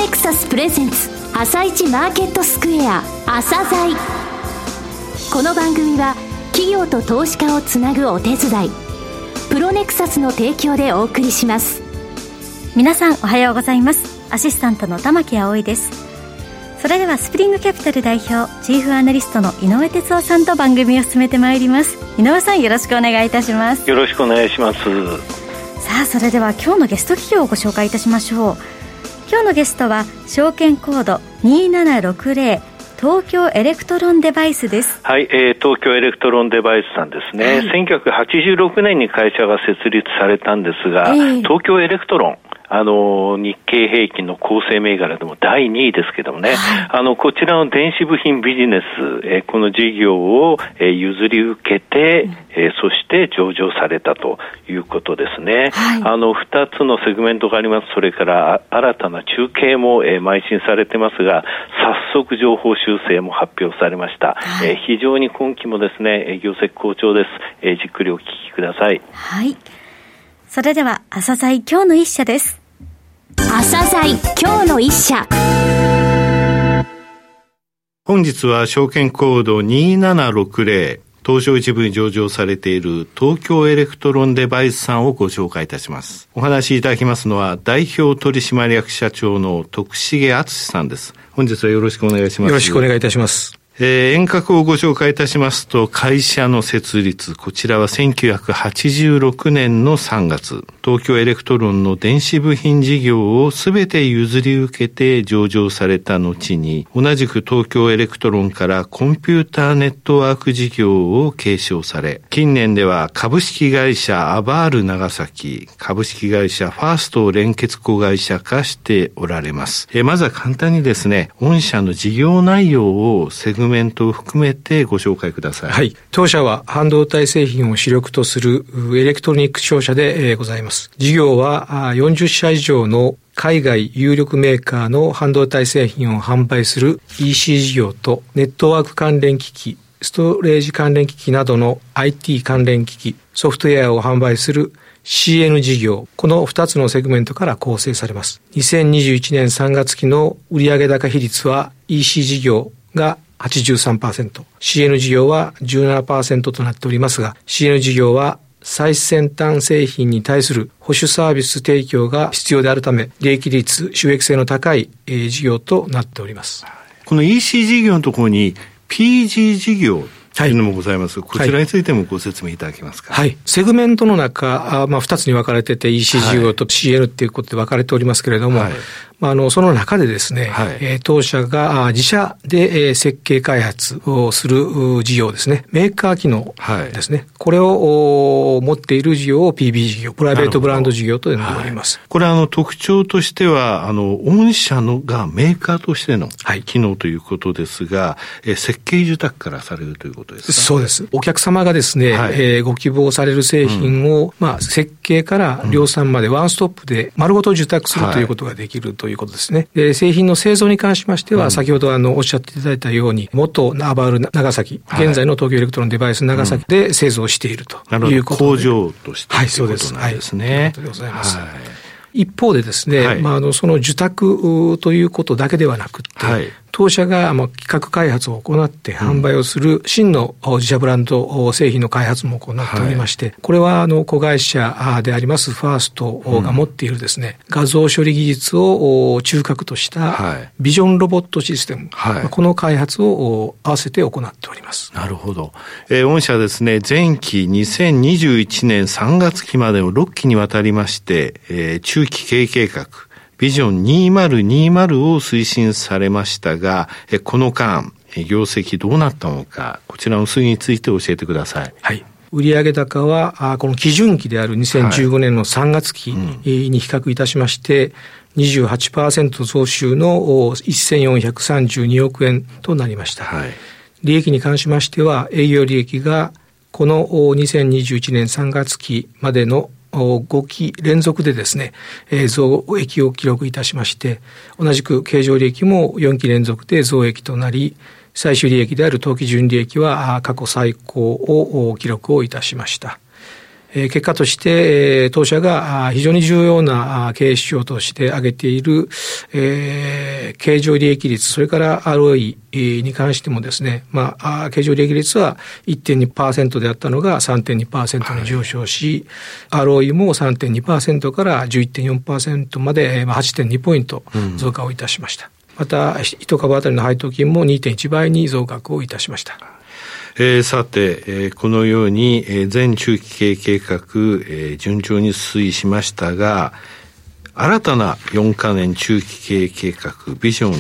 ネクサスプレゼンツ朝一マーケットスクエア朝鮮。この番組は企業と投資家をつなぐお手伝い、プロネクサスの提供でお送りします。 皆さんおはようございます。アシスタントの玉木葵です。それではスプリングキャピタル代表チーフアナリストの井上哲夫さんと番組を進めてまいります。井上さん、よろしくお願いいたします。 よろしくお願いします。 さあ、それでは今日のゲスト企業をご紹介いたしましょう。今日のゲストは証券コード2760東京エレクトロンデバイスです。 はい、東京エレクトロンデバイスさんですね、はい、1986年に会社が設立されたんですが、東京エレクトロン、日経平均の構成銘柄でも第2位ですけどもね、はい、こちらの電子部品ビジネス、この事業を、譲り受けて、そして上場されたということですね。はい、2つのセグメントがあります。それから新たな中継も、邁進されてますが、早速情報修正も発表されました。はい、非常に今期もですね、業績好調です。じっくりお聞きください。 はい。それでは朝鮮今日の一社です。 朝鮮今日の一社。 本日は証券コード2760東証一部に上場されている東京エレクトロンデバイスさんをご紹介いたします。お話しいただきますのは代表取締役社長の徳重敦さんです。本日はよろしくお願いします。 よろしくお願いいたします。 遠隔をご紹介いたしますと、会社の設立、こちらは1986年の3月、東京エレクトロンの電子部品事業をすべて譲り受けて上場された後に、同じく東京エレクトロンからコンピューターネットワーク事業を継承され、近年では株式会社アバール長崎、株式会社ファーストを連結子会社化しておられます。まずは簡単にですね、御社の事業内容をセグメントを含めてご紹介ください。 はい。当社は半導体製品を主力とするエレクトロニック商社でございます。事業は40社以上の海外有力メーカーの半導体製品を販売する EC 事業とネットワーク関連機器、ストレージ関連機器などの IT 関連機器、ソフトウェアを販売する CN 事業、この2つのセグメントから構成されます。2021年3月期の売上高比率は EC 事業が83%、CN 事業は 17% となっておりますが、CN 事業は最先端製品に対する保守サービス提供が必要であるため、利益率、収益性の高い事業となっております。 この EC 事業のところに PG 事業というのもございます。はい、こちらについてもご説明いただけますか。 はい。セグメントの中、2つに分かれてて EC 事業と CN っていうことで分かれておりますけれども、はい、その中でですね、はい、当社が自社で設計開発をする事業ですね、メーカー機能ですね、はい、これを持っている事業を PB 事業、プライベートブランド事業と呼んでおります。 はい、これ特徴としては、御社のがメーカーとしての機能ということですが、設計受託からされるということですか。 そうです。お客様がですね、はい、ご希望される製品を、設計から量産までワンストップで丸ごと受託するということができるということですね。で、製品の製造に関しましては、先ほどおっしゃっていただいたように、元アバール長崎、現在の東京エレクトロンデバイス長崎で製造しているということで、 工場としてということなんですね。 はい、そうでございます。はい、一方でですね、はい、その受託ということだけではなくて、はい、当社が企画開発を行って販売をする真の自社ブランド製品の開発も行っておりまして、はい、これは子会社でありますファーストが持っているですね、画像処理技術を中核としたビジョンロボットシステム、はい、この開発を合わせて行っております。 なるほど。御社ですね、前期2021年3月期までの6期にわたりまして、中期経営計画ビジョン2020を推進されましたが、この間、業績どうなったのか、こちらの推移について教えてください。 はい。売上高は、この基準期である2015年の3月期に比較いたしまして、28% 増収の1432億円となりました。はい。利益に関しましては、営業利益がこの2021年3月期までの5期連続でですね、増益を記録いたしまして、同じく経常利益も4期連続で増益となり、最終利益である当期純利益は過去最高を記録をいたしました。 結果として、当社が非常に重要な経営指標として挙げている、経常利益率、それから ROE に関してもですね、経常利益率は 1.2% であったのが 3.2% に上昇し、ROE も 3.2% から 11.4% まで 8.2 ポイント増加をいたしました。また、1株当たりの配当金も 2.1 倍に増額をいたしました。 さて、このように、全中期経営計画、順調に推移しましたが、新たな4カ年中期経営計画ビジョン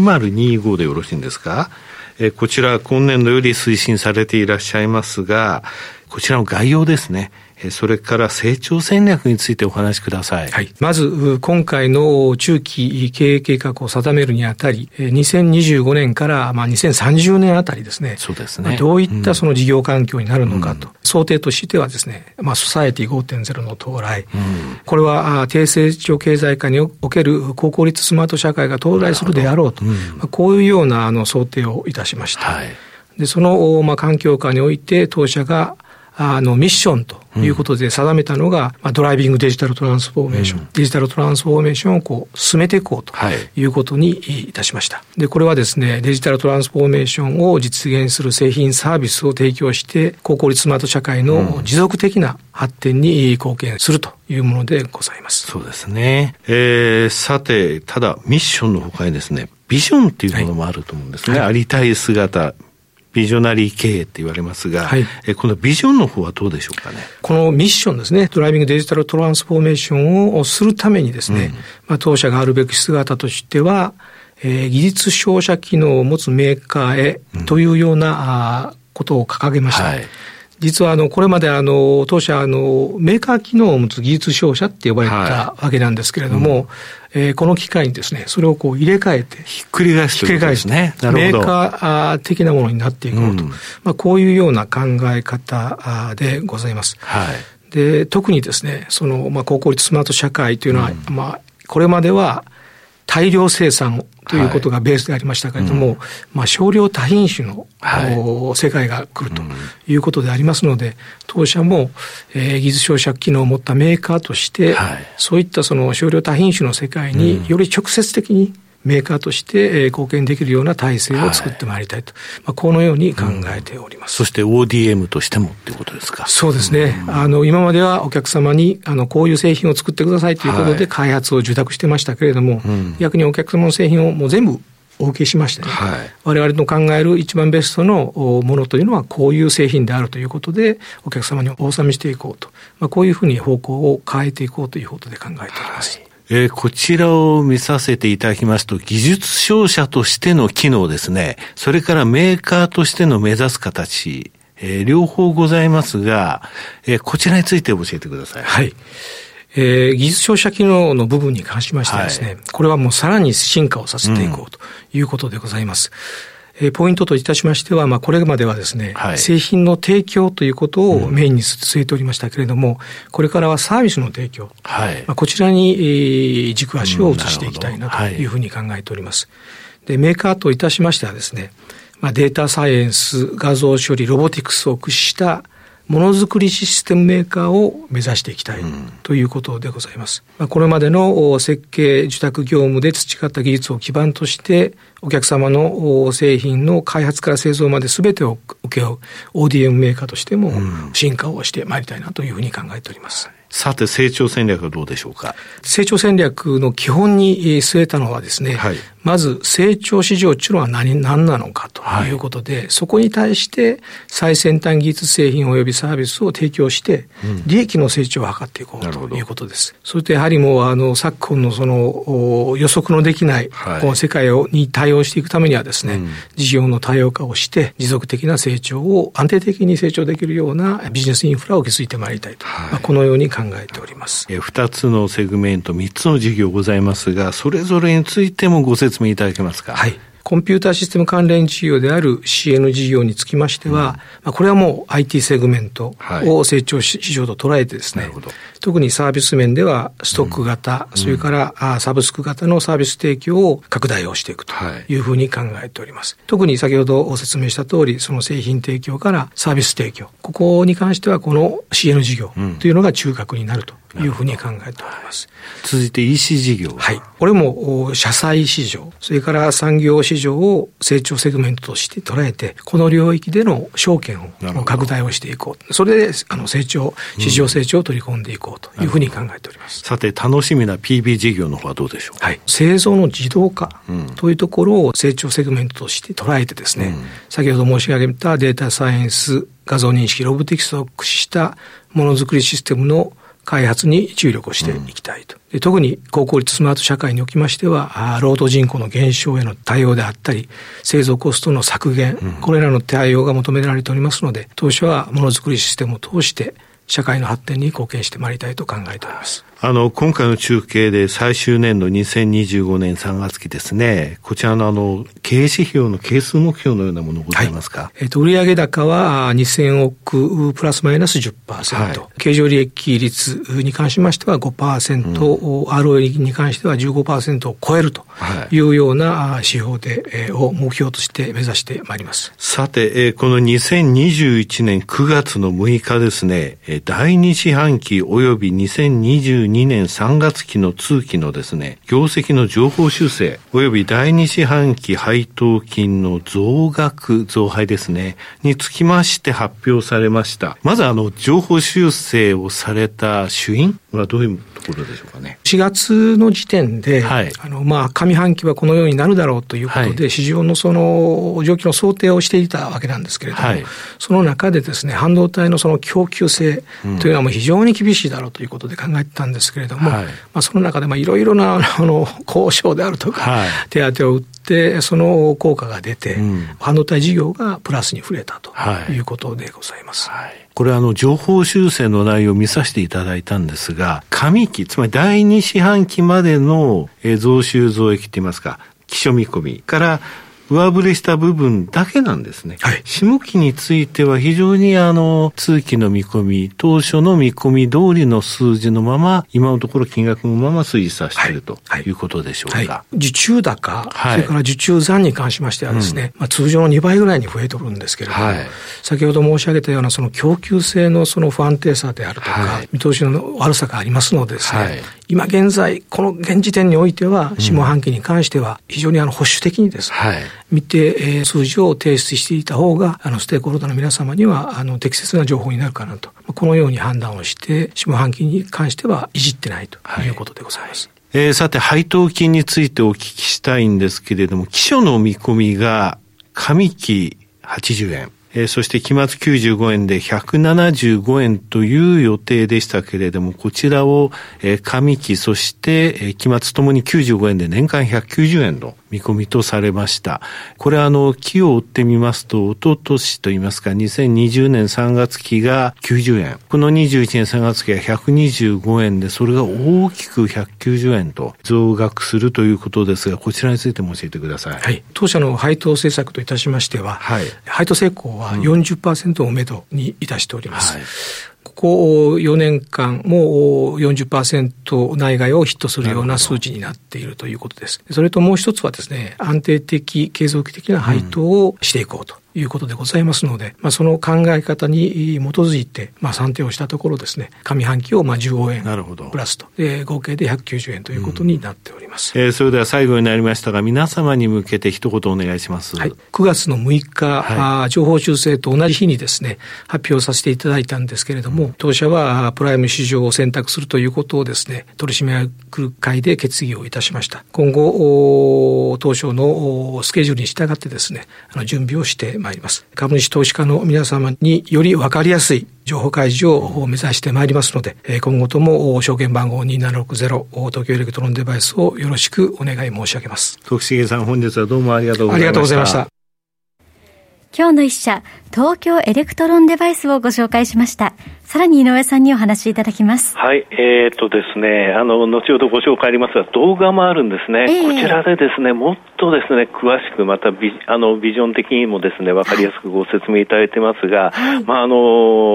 2025でよろしいんですか？こちら今年度より推進されていらっしゃいますが、こちらの概要ですね。それから成長戦略についてお話しください。 はい。まず、今回の中期経営計画を定めるにあたり、2025年から2030年あたりですね。 そうですね。 どういったその事業環境になるのかと。想定としてはですね、ソサエティ 5.0 の到来。これは低成長経済下における高効率スマート社会が到来するであろうと。こういうような想定をいたしました。はい、で、その環境下において当社がミッションということで定めたのが、ドライビングデジタルトランスフォーメーション、デジタルトランスフォーメーションを進めていこうということにいたしました。で、これはですね、デジタルトランスフォーメーションを実現する製品サービスを提供して、高効率スマート社会の持続的な発展に貢献するというものでございます。 そうですね。さて、ただミッションの他にですね、ビジョンっていうものもあると思うんですね。ありたい姿。ビジョナリー経営って言われますが、このビジョンの方はどうでしょうかね。 このミッションですね、ドライビングデジタルトランスフォーメーションをするためにですね、当社があるべき姿としては、技術商社機能を持つメーカーへというようなことを掲げました。実はこれまで当社メーカー機能を持つ技術商社って呼ばれたわけなんですけれども、この機会にですね、それを入れ替えて、 ひっくり返して、 メーカー的なものになっていこうと、こういうような考え方でございます。で、特にですね、その高効率スマート社会というのは、これまでは大量生産ということがベースでありましたけれども、少量多品種の、世界が来るということでありますので、当社も、技術商社機能を持ったメーカーとして、そういったその少量多品種の世界により直接的にメーカーとして貢献できるような体制を作ってまいりたいと、このように考えております。 そして ODM としてもっていうことですか。 そうですね。今まではお客様にこういう製品を作ってくださいということで開発を受託してましたけれども、逆にお客様の製品をもう全部お受けしましてね、我々の考える一番ベストのものというのはこういう製品であるということでお客様にお納めしていこうと、こういうふうに方向を変えていこうということで考えております。 こちらを見させていただきますと、技術商社としての機能ですね、それからメーカーとしての目指す形、両方ございますが、こちらについて教えてください。 はい。技術商社機能の部分に関しましてはですね、これはもうさらに進化をさせていこうということでございます。ポイントといたしましては、これまではですね、製品の提供ということをメインに据えておりましたけれども、これからはサービスの提供、こちらに軸足を移していきたいなというふうに考えております。で、メーカーといたしましてはですね、データサイエンス、画像処理、ロボティクスを駆使したものづくりシステムメーカーを目指していきたいということでございます。これまでの設計受託業務で培った技術を基盤としてお客様の製品の開発から製造まで全てを請け負う ODM メーカーとしても進化をしてまいりたいなというふうに考えております。 さて成長戦略はどうでしょうか。 成長戦略の基本に据えたのはですね、まず成長市場というのは何なのかということで、そこに対して最先端技術製品及びサービスを提供して利益の成長を図っていこうということです。それとやはりもう昨今のその予測のできないこの世界に対応していくためにはですね、事業の多様化をして持続的な成長を安定的に成長できるようなビジネスインフラを築いてまいりたいと、このように考えております。 2つのセグメント3つの事業ございますが、それぞれについてもご説明いただけますか。 コンピューターシステム関連事業である CN 事業につきましては、これはもう IT セグメントを成長市場と捉えてですね、 特にサービス面ではストック型、それからサブスク型のサービス提供を拡大をしていくというふうに考えております。特に先ほどご説明した通り、その製品提供からサービス提供、ここに関してはこの CN 事業というのが中核になるというふうに考えております。 続いて EC 事業。 はい。これも社債市場、それから産業市場を成長セグメントとして捉えて、この領域での証券を拡大をしていこう。それで成長、市場成長を取り込んでいこうというふうに考えております。 さて、楽しみな PB 事業の方はどうでしょう。 はい。製造の自動化というところを成長セグメントとして捉えてですね、先ほど申し上げたデータサイエンス、画像認識、ロボティクスを駆使したものづくりシステムの開発に注力をしていきたいと。で、特に高効率スマート社会におきましては、労働人口の減少への対応であったり、製造コストの削減、これらの対応が求められておりますので、当社はものづくりシステムを通して社会の発展に貢献してまいりたいと考えております。 今回の中継で最終年度2025年3月期ですね、こちらの経営指標の係数目標のようなものございますか。 はい、売上高は2000億プラスマイナス 10%、はい、経常利益率に関しましては 5%、ROE に関しては 15% を超えるというような指標を目標として目指してまいります。 さて、この2021年9月の6日ですね、第2四半期及び2022年3月期の通期のですね、業績の上方修正及び第2四半期配当金の増額増配ですねにつきまして発表されました。まず上方修正をされた主因はどういうところでしょうかね。 4月の時点で、はい、上半期はこのようになるだろうということで、はい、市場のその状況の想定をしていたわけなんですけれども、はい、その中でですね、半導体のその供給性というのはもう非常に厳しいだろうということで考えてたんですけれども、はい、その中でいろいろな交渉であるとか、はい、手当を打ってその効果が出て、半導体事業がプラスに触れたということでございます。はいはい、 これ上方修正の内容を見させていただいたんですが、上期、つまり第2四半期までの増収増益といいますか、期初見込みから上振れした部分だけなんですね。はい、下期については非常に通期の見込み、当初の見込み通りの数字のまま、今のところ金額のまま推移させているということでしょうか。はいはい、 受注高、それから受注残に関しましてはですね、通常の2倍ぐらいに増えておるんですけれども、はい、先ほど申し上げたようなその供給性のその不安定さであるとか、はい、見通しの悪さがありますのでですね、はい、今現在、この現時点においては、下半期に関しては非常に保守的にですね、はい、見て、数字を提出していた方が、ステークホルダーの皆様には、適切な情報になるかなと。このように判断をして、下半期に関してはいじってないということでございます。 はい、さて、配当金についてお聞きしたいんですけれども、期初の見込みが、上期80円。そして期末95円で175円という予定でしたけれども、こちらを上期そして期末ともに95円で年間190円の見込みとされました。これ期を追ってみますと、一昨年といいますか、2020年3月期が90円。この21年3月期が125円で、それが大きく190円と増額するということですが、こちらについても教えてください。 はい。当社の配当政策といたしましては、はい、配当成功は 40% をめどにいたしております。はい、ここ4年間も 40% 内外をヒットするような数値になっているということです。それともう一つはですね、安定的、継続的な配当をしていこうということでございますので、その考え方に基づいて、算定をしたところですね、上半期を15円プラスと、合計で190円ということになっております。 それでは最後になりましたが、皆様に向けて一言お願いします。 はい、9月の6日、はい、情報修正と同じ日にですね、発表させていただいたんですけれども、当社はプライム市場を選択するということをですね、取締役会で決議をいたしました。今後、当初のスケジュールに従ってですね、準備をしてまいります。株主投資家の皆様により分かりやすい情報開示を目指してまいりますので、今後とも証券番号2760東京エレクトロンデバイスをよろしくお願い申し上げます。 徳重さん、本日はどうもありがとうございました。 ありがとうございました。 今日の一社、東京エレクトロンデバイスをご紹介しました。さらに井上さんにお話しいただきます。 はい、ですね、後ほどご紹介ありますが、動画もあるんですね。こちらでですね、もっとですね、詳しくまたビジョン的にもですね、わかりやすくご説明いただいてますが、はい、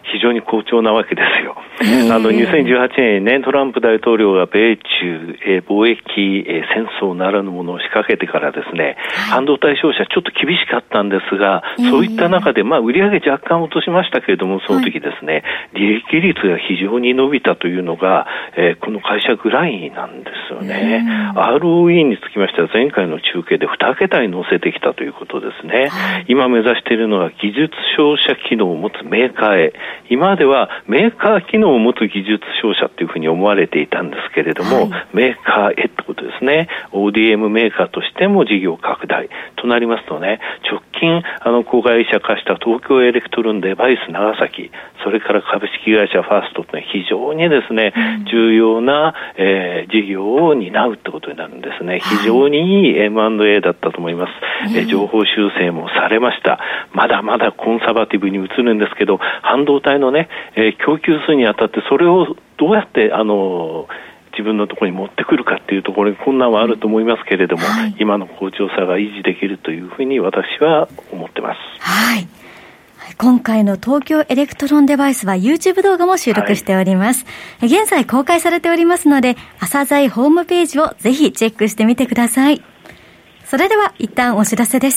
非常に好調なわけですよ。2018年にね、トランプ大統領が米中、貿易、戦争ならぬものを仕掛けてからですね、半導体商社ちょっと厳しかったんですが、そういった中で、売上若干落としましたけれども、その時ですね、利益率が非常に伸びたというのが、この会社ぐらいなんですよね。ROE につきましては前回の中継で2桁に乗せてきたということですね。今目指しているのは技術商社機能を持つメーカーへ。今まではメーカー機能を持つ技術商社というふうに思われていたんですけれども、メーカーへってことですね。ODM メーカーとしても事業拡大となりますとね、直近子会社化した東京エレクトロンデバイス長崎、それから株式会社ファーストというのは非常にですね、重要な、事業を担うってことになるんですね。非常にいい M&A だったと思います。情報修正もされました。まだまだコンサバティブに移るんですけど、半導体のね、供給数にあたってそれをどうやって自分のところに持ってくるかっていうところに困難はあると思いますけれども、今の好調さが維持できるというふうに私は思ってます。 はい。今回の東京エレクトロンデバイスは YouTube 動画も収録しております。現在公開されておりますので、朝鮮ホームページをぜひチェックしてみてください。それでは一旦お知らせです。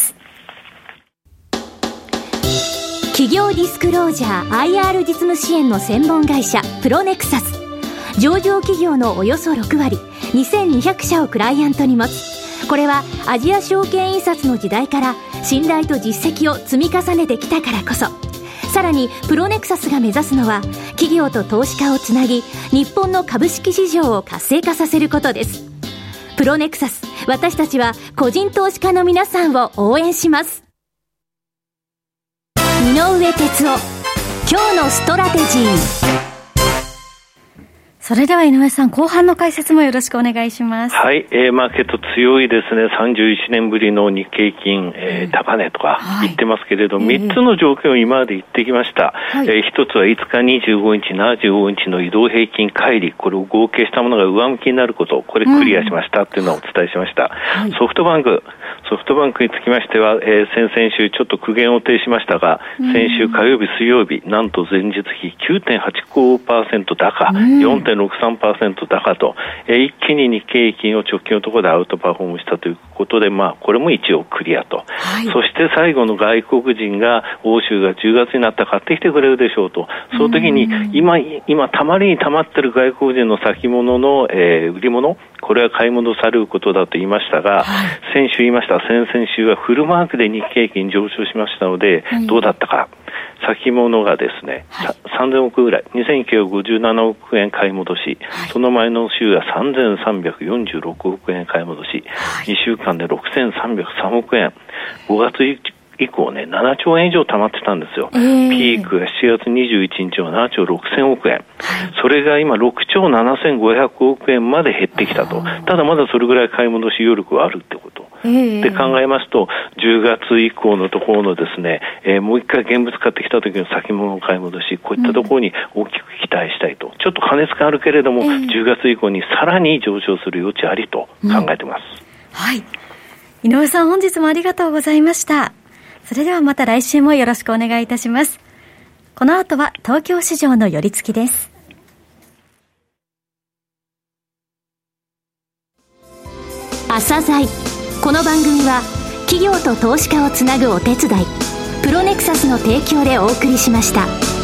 企業ディスクロージャー IR 実務支援の専門会社プロネクサス。上場企業のおよそ6割、2200社をクライアントに持つ。これはアジア証券印刷の時代から信頼と実績を積み重ねてきたからこそ。さらにプロネクサスが目指すのは企業と投資家をつなぎ、日本の株式市場を活性化させることです。プロネクサス、私たちは個人投資家の皆さんを応援します。井上哲夫、今日のストラテジー。 それでは井上さん、後半の解説もよろしくお願いします。 はい、マーケット強いですね。31年ぶりの日経金、高値とか言ってますけれど、3つの条件を今まで言ってきました。1つは5日25日75日の移動平均乖離、これを合計したものが上向きになること、これクリアしましたというのをお伝えしました。ソフトバンクにつきましては、先々週ちょっと苦言を呈しましたが、先週火曜日水曜日、なんと前日比 9.85% 高、4.63% 高と、一気に日経平均を直近のところでアウトパフォームしたということで、これも一応クリアと、そして最後の外国人が欧州が10月になったら買ってきてくれるでしょうと、その時に今たまりにたまってる外国人の先物の、売り物、これは買い戻されることだと言いましたが、先週言いました、先々週はフルマークで日経平均上昇しましたので、どうだったか。先物がですね、3000億ぐらい、2957億円買い戻し、その前の週は3346億円買い戻し、2週間で6303億円、5月以降ね、7兆円以上貯まってたんですよ。ピークが7月21日は7兆6000億円。それが今6兆7500億円まで減ってきたと。ただまだそれぐらい買い戻し余力はあるってこと。で考えますと、10月以降のところのですね、もう一回現物買ってきた時の先物買い戻し、こういったところに大きく期待したいと。ちょっと過熱感あるけれども、10月以降にさらに上昇する余地ありと考えてます。 はい。井上さん、本日もありがとうございました。それではまた来週もよろしくお願いいたします。この後は東京市場の寄り付きです。 朝鮮。この番組は企業と投資家をつなぐお手伝い、プロネクサスの提供でお送りしました。